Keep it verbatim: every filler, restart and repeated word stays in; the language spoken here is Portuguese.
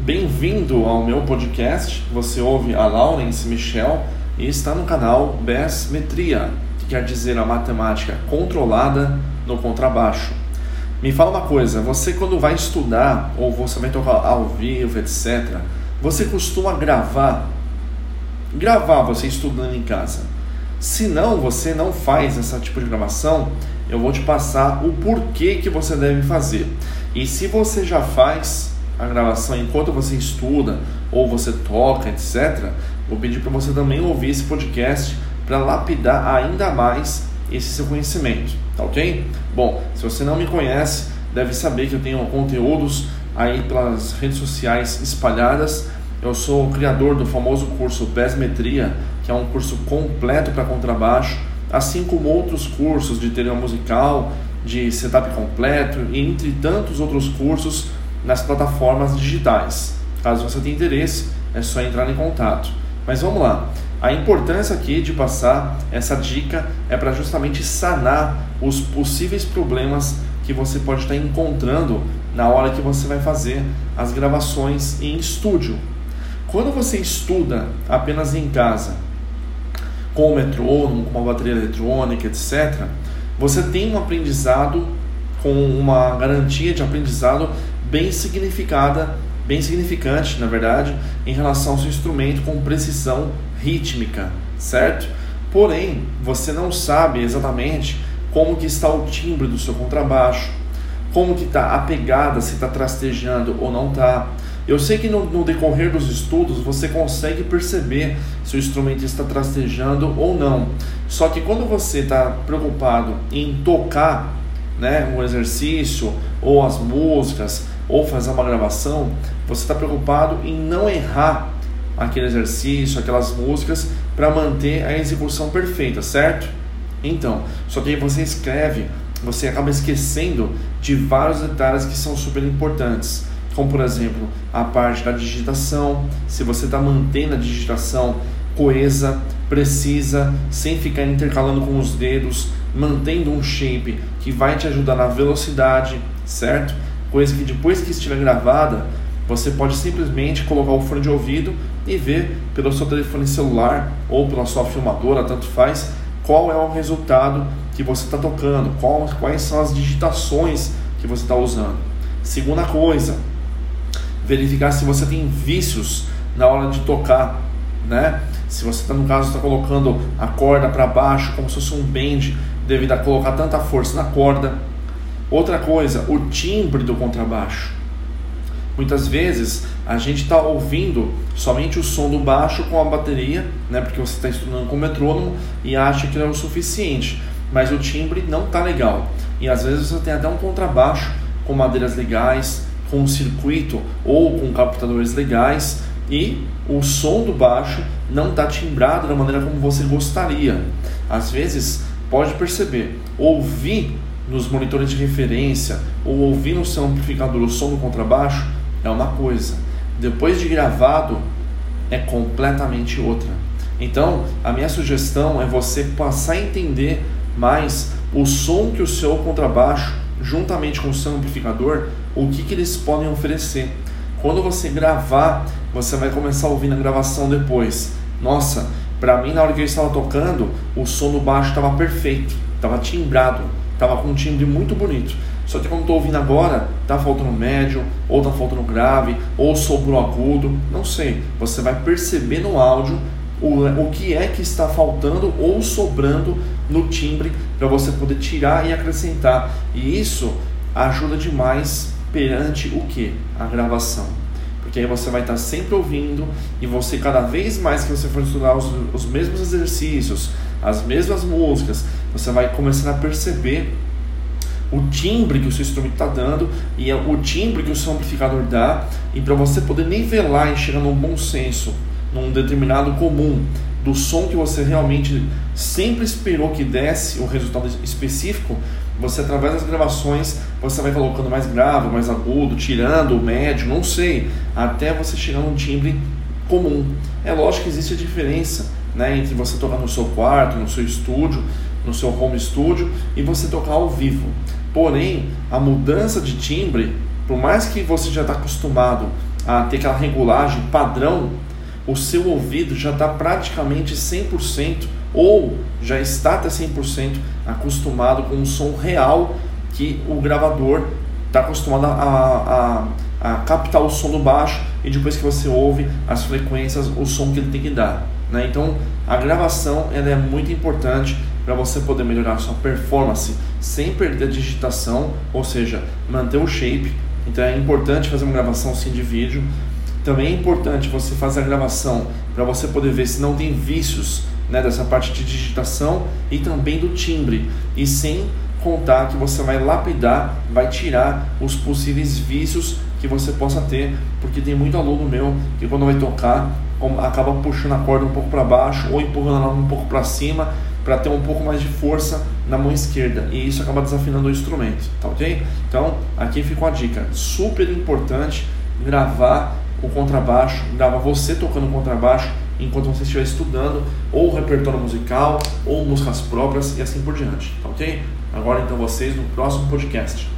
Bem-vindo ao meu podcast. Você ouve a Laurence Michel e está no canal Bassmetria, que quer dizer a matemática controlada no contrabaixo. Me fala uma coisa, você quando vai estudar ou você vai tocar ao vivo, etcétera, você costuma gravar? Gravar você estudando em casa. Se não, você não faz esse tipo de gravação, eu vou te passar o porquê que você deve fazer. E se você já faz a gravação enquanto você estuda ou você toca, etcétera, vou pedir para você também ouvir esse podcast para lapidar ainda mais esse seu conhecimento, tá ok? Bom, se você não me conhece, deve saber que eu tenho conteúdos aí pelas redes sociais espalhadas. Eu sou o criador do famoso curso Bassmetria, que é um curso completo para contrabaixo, assim como outros cursos de teoria musical, de setup completo, e entre tantos outros cursos nas plataformas digitais. Caso você tenha interesse, é só entrar em contato. Mas vamos lá. A importância aqui de passar essa dica é para justamente sanar os possíveis problemas que você pode estar encontrando na hora que você vai fazer as gravações em estúdio. Quando você estuda apenas em casa, com o metrônomo, com uma bateria eletrônica, etcétera, você tem um aprendizado com uma garantia de aprendizado bem significada, bem significante, na verdade, em relação ao seu instrumento com precisão rítmica, certo? Porém, você não sabe exatamente como que está o timbre do seu contrabaixo, como que está a pegada, se está trastejando ou não está. Eu sei que no, no decorrer dos estudos você consegue perceber se o instrumento está trastejando ou não. Só que quando você está preocupado em tocar, né, um exercício ou as músicas ou fazer uma gravação, você está preocupado em não errar aquele exercício, aquelas músicas, para manter a execução perfeita, certo? Então, só que aí você escreve, você acaba esquecendo de vários detalhes que são super importantes, como por exemplo, a parte da digitação, se você está mantendo a digitação coesa, precisa, sem ficar intercalando com os dedos, mantendo um shape que vai te ajudar na velocidade, certo? Coisa que depois que estiver gravada, você pode simplesmente colocar o fone de ouvido e ver pelo seu telefone celular ou pela sua filmadora, tanto faz, qual é o resultado que você está tocando, qual, quais são as digitações que você está usando. Segunda coisa, verificar se você tem vícios na hora de tocar, né? Se você está, no caso, está colocando a corda para baixo como se fosse um bend, devido a colocar tanta força na corda. Outra coisa, o timbre do contrabaixo. Muitas vezes a gente está ouvindo somente o som do baixo com a bateria, né, porque você está estudando com o metrônomo e acha que não é o suficiente, mas o timbre não está legal. E às vezes você tem até um contrabaixo com madeiras legais, com um circuito ou com captadores legais, e o som do baixo não está timbrado da maneira como você gostaria. Às vezes, pode perceber, ouvir nos monitores de referência ou ouvir no seu amplificador o som do contrabaixo é uma coisa, depois de gravado é completamente outra. Então, a minha sugestão é você passar a entender mais o som que o seu contrabaixo, juntamente com o seu amplificador, o que, que eles podem oferecer. Quando você gravar, você vai começar a ouvir na gravação depois. Nossa, para mim na hora que eu estava tocando, o som do baixo estava perfeito, estava timbrado, estava com um timbre muito bonito. Só que quando estou ouvindo agora, está faltando médio, ou está faltando grave, ou sobrou agudo, não sei. Você vai perceber no áudio o, o que é que está faltando ou sobrando no timbre, para você poder tirar e acrescentar. E isso ajuda demais perante o que? A gravação. Porque aí você vai estar sempre ouvindo, e você, cada vez mais que você for estudar os, os mesmos exercícios, as mesmas músicas, você vai começar a perceber o timbre que o seu instrumento está dando e o timbre que o seu amplificador dá, e para você poder nivelar e chegar num bom senso, num determinado comum do som que você realmente sempre esperou que desse o resultado específico, você, através das gravações, você vai colocando mais grave, mais agudo, tirando o médio, não sei, até você chegar num timbre comum. É lógico que existe a diferença, né, entre você tocar no seu quarto, no seu estúdio, no seu home studio, e você tocar ao vivo. Porém, a mudança de timbre, por mais que você já está acostumado a ter aquela regulagem padrão, o seu ouvido já está praticamente cem por cento ou já está até cem por cento acostumado com o som real que o gravador está acostumado a, a, a captar o som do baixo, e depois que você ouve as frequências, o som que ele tem que dar, né? Então a gravação ela é muito importante para você poder melhorar a sua performance sem perder a digitação, ou seja, manter o shape. Então é importante fazer uma gravação sim de vídeo. Também é importante você fazer a gravação para você poder ver se não tem vícios, né, dessa parte de digitação e também do timbre, e sem contar que você vai lapidar, vai tirar os possíveis vícios que você possa ter, porque tem muito aluno meu que quando vai tocar acaba puxando a corda um pouco para baixo ou empurrando ela um pouco para cima para ter um pouco mais de força na mão esquerda, e isso acaba desafinando o instrumento, tá ok? Então aqui fica uma dica super importante: gravar o contrabaixo, gravar você tocando contrabaixo enquanto você estiver estudando ou repertório musical ou músicas próprias e assim por diante, tá ok? Agora então vocês no próximo podcast.